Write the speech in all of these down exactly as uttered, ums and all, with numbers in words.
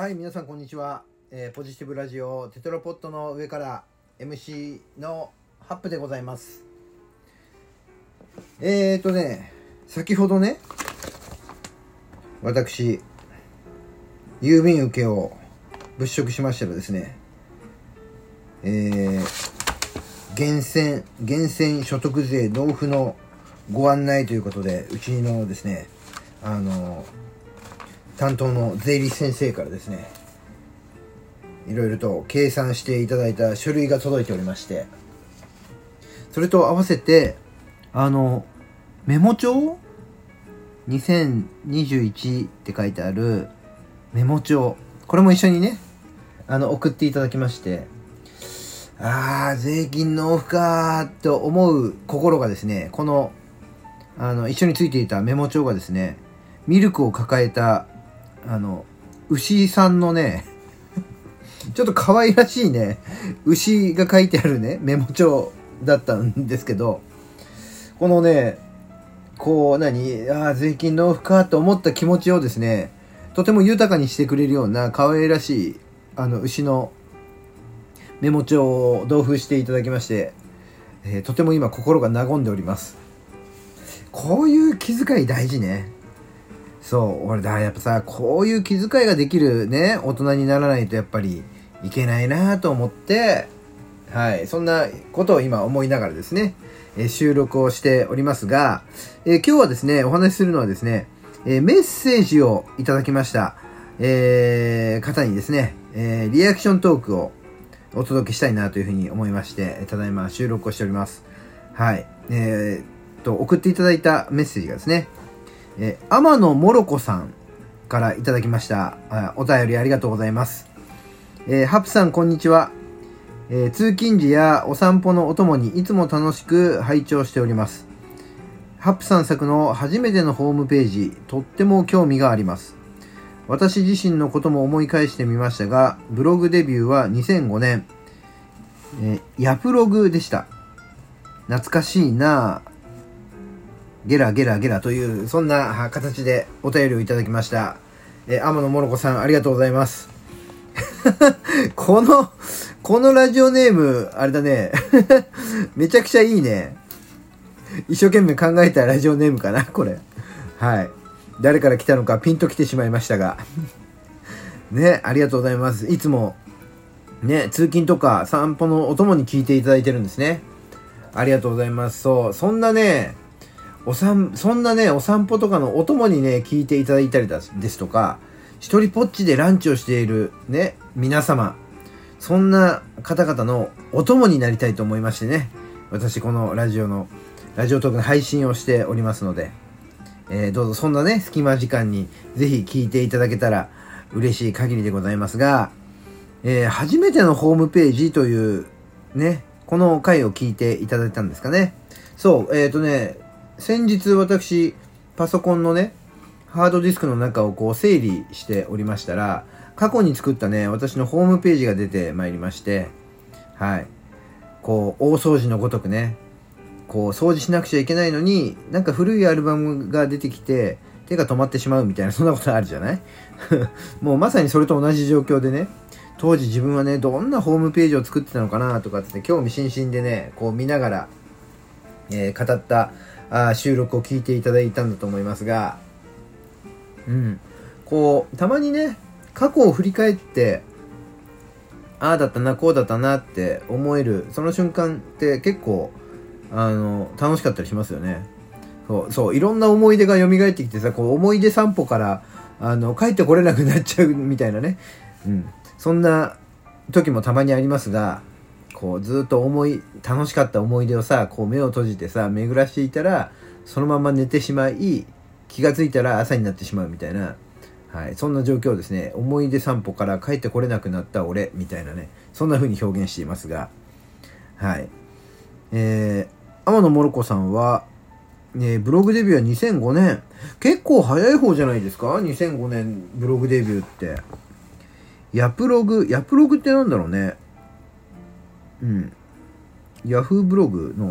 はい、皆さんこんにちは、えー、ポジティブラジオテトラポットの上から エムシー のハップでございます。えーとね先ほどね私郵便受けを物色しましたらですね、えー、源泉源泉所得税納付のご案内ということで、うちのですねあの担当の税理士先生からですね、いろいろと計算していただいた書類が届いておりまして、それと合わせてあのメモ帳にせんにじゅういちって書いてあるメモ帳、これも一緒にねあの送っていただきまして、あー税金納付かーと思う心がですね、このあの一緒についていたメモ帳がですね、ミルクを抱えたあの牛さんのねちょっと可愛らしいね牛が書いてあるねメモ帳だったんですけど、このねこう何あ税金納付かと思った気持ちをですね、とても豊かにしてくれるような可愛らしいあの牛のメモ帳を同封していただきまして、えー、とても今心が和んでおります。こういう気遣い大事ね。そう俺だやっぱさ、こういう気遣いができるね大人にならないとやっぱりいけないなと思って、はい、そんなことを今思いながらですね、えー、収録をしておりますが、えー、今日はですねお話しするのはですね、えー、メッセージをいただきました、えー、方にですね、えー、リアクショントークをお届けしたいなというふうに思いまして、ただいま収録をしております。はい、えー、と送っていただいたメッセージがですね、えー、天野もろこさんからいただきました。あお便りありがとうございます。えー、ハプさんこんにちは。えー、通勤時やお散歩のお供にいつも楽しく拝聴しております。ハプさん作の初めてのホームページ、とっても興味があります。私自身のことも思い返してみましたが、ブログデビューはにせんごねん、えー、ヤプログでした。懐かしいなぁ。ゲラゲラゲラというそんな形でお便りをいただきました。えー、天野もろこさんありがとうございます。このこのラジオネームあれだねめちゃくちゃいいね。一生懸命考えたラジオネームかなこれ。はい、誰から来たのかピンと来てしまいましたがね、ありがとうございます。いつもね通勤とか散歩のお供に聞いていただいてるんですね。ありがとうございます。そうそんなねおさんそんなねお散歩とかのお供にね聞いていただいたりですとか、一人ぽっちでランチをしているね皆様、そんな方々のお供になりたいと思いましてね、私このラジオのラジオトークの配信をしておりますので、えー、どうぞそんなね隙間時間にぜひ聞いていただけたら嬉しい限りでございますが、えー、初めてのホームページというねこの回を聞いていただいたんですかね。そうえっ、ー、とね先日私パソコンのねハードディスクの中をこう整理しておりましたら、過去に作ったね私のホームページが出てまいりまして、はいこう大掃除のごとくねこう掃除しなくちゃいけないのに、なんか古いアルバムが出てきて手が止まってしまうみたいな、そんなことあるじゃないもうまさにそれと同じ状況でね、当時自分はねどんなホームページを作ってたのかなとかって興味津々でねこう見ながら、えー、語ったあ収録を聞いていただいたんだと思いますが、うんこうたまにね過去を振り返ってああだったなこうだったなって思えるその瞬間って結構あの楽しかったりしますよね。そうそういろんな思い出が蘇ってきてさ、こう思い出散歩からあの帰ってこれなくなっちゃうみたいなね、うん、そんな時もたまにありますが、こうずっと思い楽しかった思い出をさこう目を閉じてさ巡らしていたら、そのまま寝てしまい気がついたら朝になってしまうみたいな、はい、そんな状況をですね、思い出散歩から帰ってこれなくなった俺みたいなね、そんな風に表現していますが、はいえー、天野もろこさんは、ね、ブログデビューはにせんごねん、結構早い方じゃないですか。にせんごねんブログデビューって。ヤプログヤプログってなんだろうね。うんヤフーブログの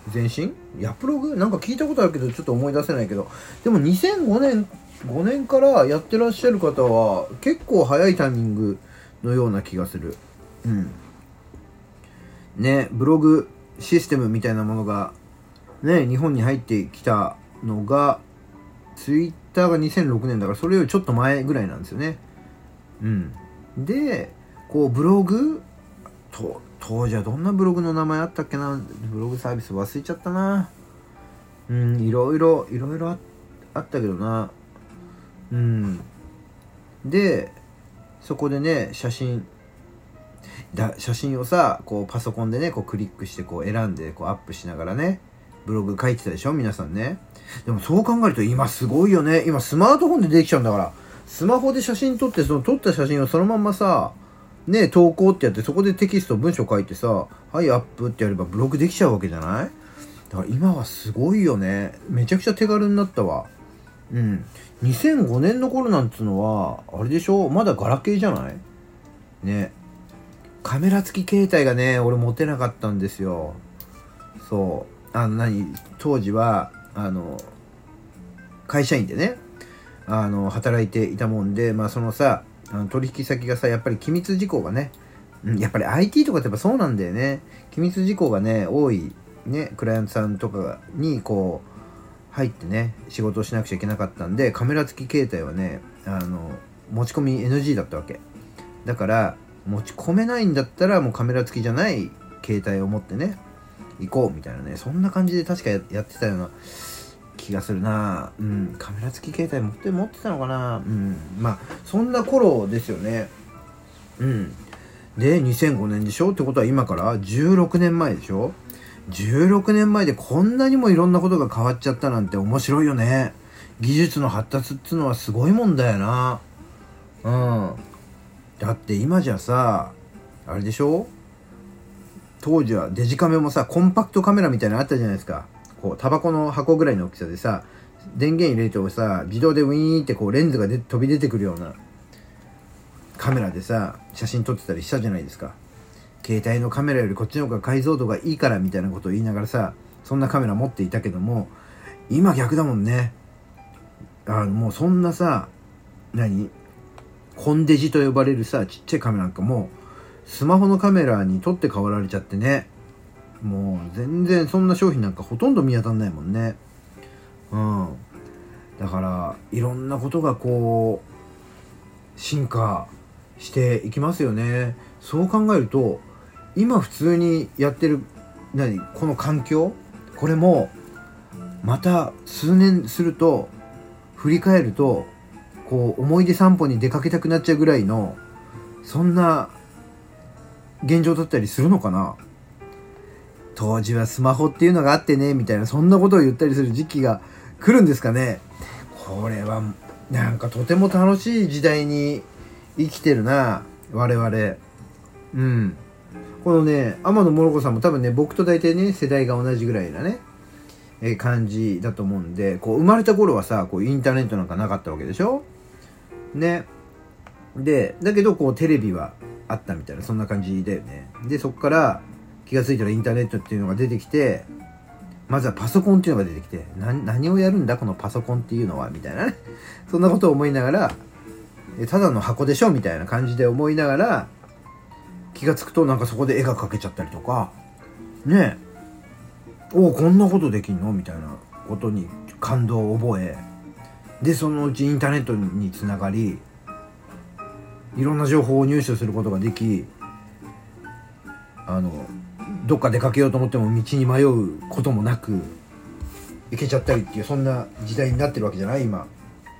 前身ヤプログなんか聞いたことあるけどちょっと思い出せないけど、でもにせんごねんごねんからやってらっしゃる方は結構早いタイミングのような気がする。うんね、ブログシステムみたいなものがね日本に入ってきたのがツイッターがにせんろくねんだから、それよりちょっと前ぐらいなんですよね。うんでこうブログと当時はどんなブログの名前あったっけな、ブログサービス忘れちゃったな。うんいろいろいろいろ あ, あったけどな。うんでそこでね写真だ写真をさこうパソコンでねこうクリックしてこう選んでこうアップしながらねブログ書いてたでしょ皆さんね。でもそう考えると今すごいよね。今スマートフォンでできちゃうんだから、スマホで写真撮ってその撮った写真をそのまんまさね投稿ってやって、そこでテキスト文章書いてさはいアップってやればブログできちゃうわけじゃない。だから今はすごいよね。めちゃくちゃ手軽になったわ。うんにせんごねんの頃なんつうのはあれでしょ、まだガラケーじゃないね。カメラ付き携帯がね俺持てなかったんですよ。そうあの何当時はあの会社員でねあの働いていたもんで、まあそのさあの取引先がさやっぱり機密事項がね、うん、やっぱり アイティー とかってやっぱそうなんだよね。機密事項がね多いねクライアントさんとかにこう入ってね仕事をしなくちゃいけなかったんで、カメラ付き携帯はねあの持ち込み エヌジー だったわけだから、持ち込めないんだったらもうカメラ付きじゃない携帯を持ってね行こうみたいなね、そんな感じで確か や, やってたような気がするな。うんカメラ付き携帯持って持ってたのかな。うんまあそんな頃ですよね。うんでにせんごねんでしょってことは今からじゅうろくねんまえでしょ。じゅうろくねんまえでこんなにもいろんなことが変わっちゃったなんて面白いよね。技術の発達っていうのはすごいもんだよな。うんだって今じゃさあれでしょ、当時はデジカメもさコンパクトカメラみたいなのあったじゃないですか。こうタバコの箱ぐらいの大きさでさ電源入れるとさ自動でウィーンってこうレンズがで飛び出てくるようなカメラでさ写真撮ってたりしたじゃないですか。携帯のカメラよりこっちの方が解像度がいいからみたいなことを言いながらさそんなカメラ持っていたけども、今逆だもんね。あのもうそんなさ何コンデジと呼ばれるさちっちゃいカメラなんかもうスマホのカメラに取って代わられちゃってね、もう全然そんな商品なんかほとんど見当たんないもんね。うんだからいろんなことがこう進化していきますよね。そう考えると今普通にやってる何この環境、これもまた数年すると振り返るとこう思い出散歩に出かけたくなっちゃうぐらいのそんな現状だったりするのかな。当時はスマホっていうのがあってねみたいなそんなことを言ったりする時期が来るんですかね。これはなんかとても楽しい時代に生きてるな我々。うんこのね天野もろこさんも多分ね僕と大体ね世代が同じぐらいなねえ感じだと思うんで、こう生まれた頃はさこうインターネットなんかなかったわけでしょね。でだけどこうテレビはあったみたいなそんな感じだよね。でそこから気がついたらインターネットっていうのが出てきて、まずはパソコンっていうのが出てきて、な何をやるんだこのパソコンっていうのはみたいなねそんなことを思いながら、ただの箱でしょみたいな感じで思いながら気がつくとなんかそこで絵が描けちゃったりとかねえ、おおこんなことできんのみたいなことに感動を覚え、でそのうちインターネットにつながりいろんな情報を入手することができ、あのどっか出かけようと思っても道に迷うこともなく行けちゃったりっていうそんな時代になってるわけじゃない今。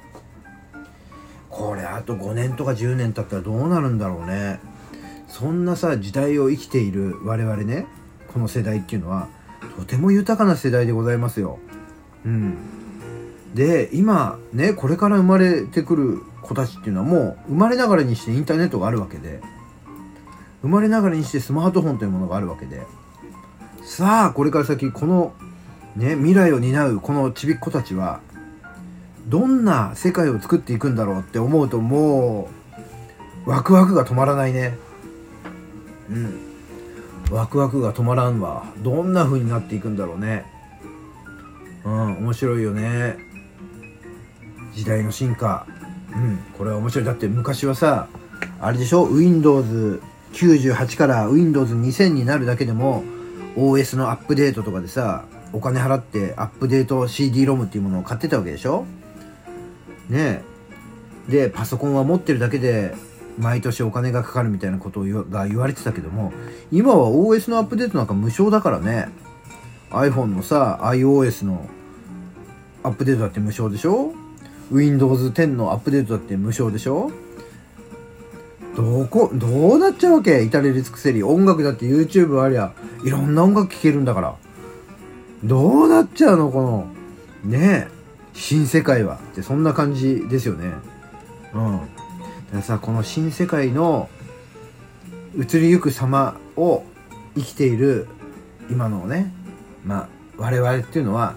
これあとごねんとかじゅうねん経ったらどうなるんだろうね。そんなさ時代を生きている我々ね、この世代っていうのはとても豊かな世代でございますよ。うんで今ねこれから生まれてくる子たちっていうのはもう生まれながらにしてインターネットがあるわけで、生まれながらにしてスマートフォンというものがあるわけで、さあこれから先このね未来を担うこのちびっ子たちはどんな世界を作っていくんだろうって思うともうワクワクが止まらないね。うんワクワクが止まらんわ。どんな風になっていくんだろうね。うん、面白いよね。時代の進化。うん、これは面白い。だって昔はさ、あれでしょ、ウィンドウズきゅうじゅうはち から ウィンドウズにせんになるだけでも オーエス のアップデートとかでさ、お金払ってアップデート シーディー ロムっていうものを買ってたわけでしょねえ。でパソコンは持ってるだけで毎年お金がかかるみたいなことが言われてたけども、今は オーエス のアップデートなんか無償だからね。 iPhone のさ iOS のアップデートだって無償でしょ。 ウィンドウズテン のアップデートだって無償でしょ。どこどうなっちゃうわけ。至れり尽くせり。音楽だって YouTube ありゃいろんな音楽聴けるんだから、どうなっちゃうのこのねえ新世界はって、そんな感じですよね。うん。だからさ、この新世界の移りゆく様を生きている今のね、まあ我々っていうのは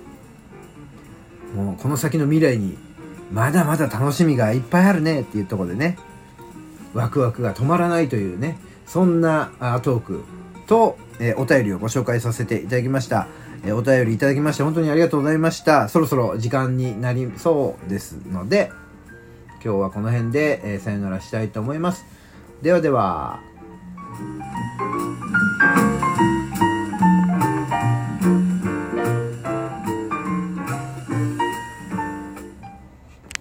もうこの先の未来にまだまだ楽しみがいっぱいあるねっていうところでね、ワクワクが止まらないというね、そんなトークと、えー、お便りをご紹介させていただきました。えー、お便りいただきまして本当にありがとうございました。そろそろ時間になりそうですので、今日はこの辺で、えー、さよならしたいと思います。ではでは。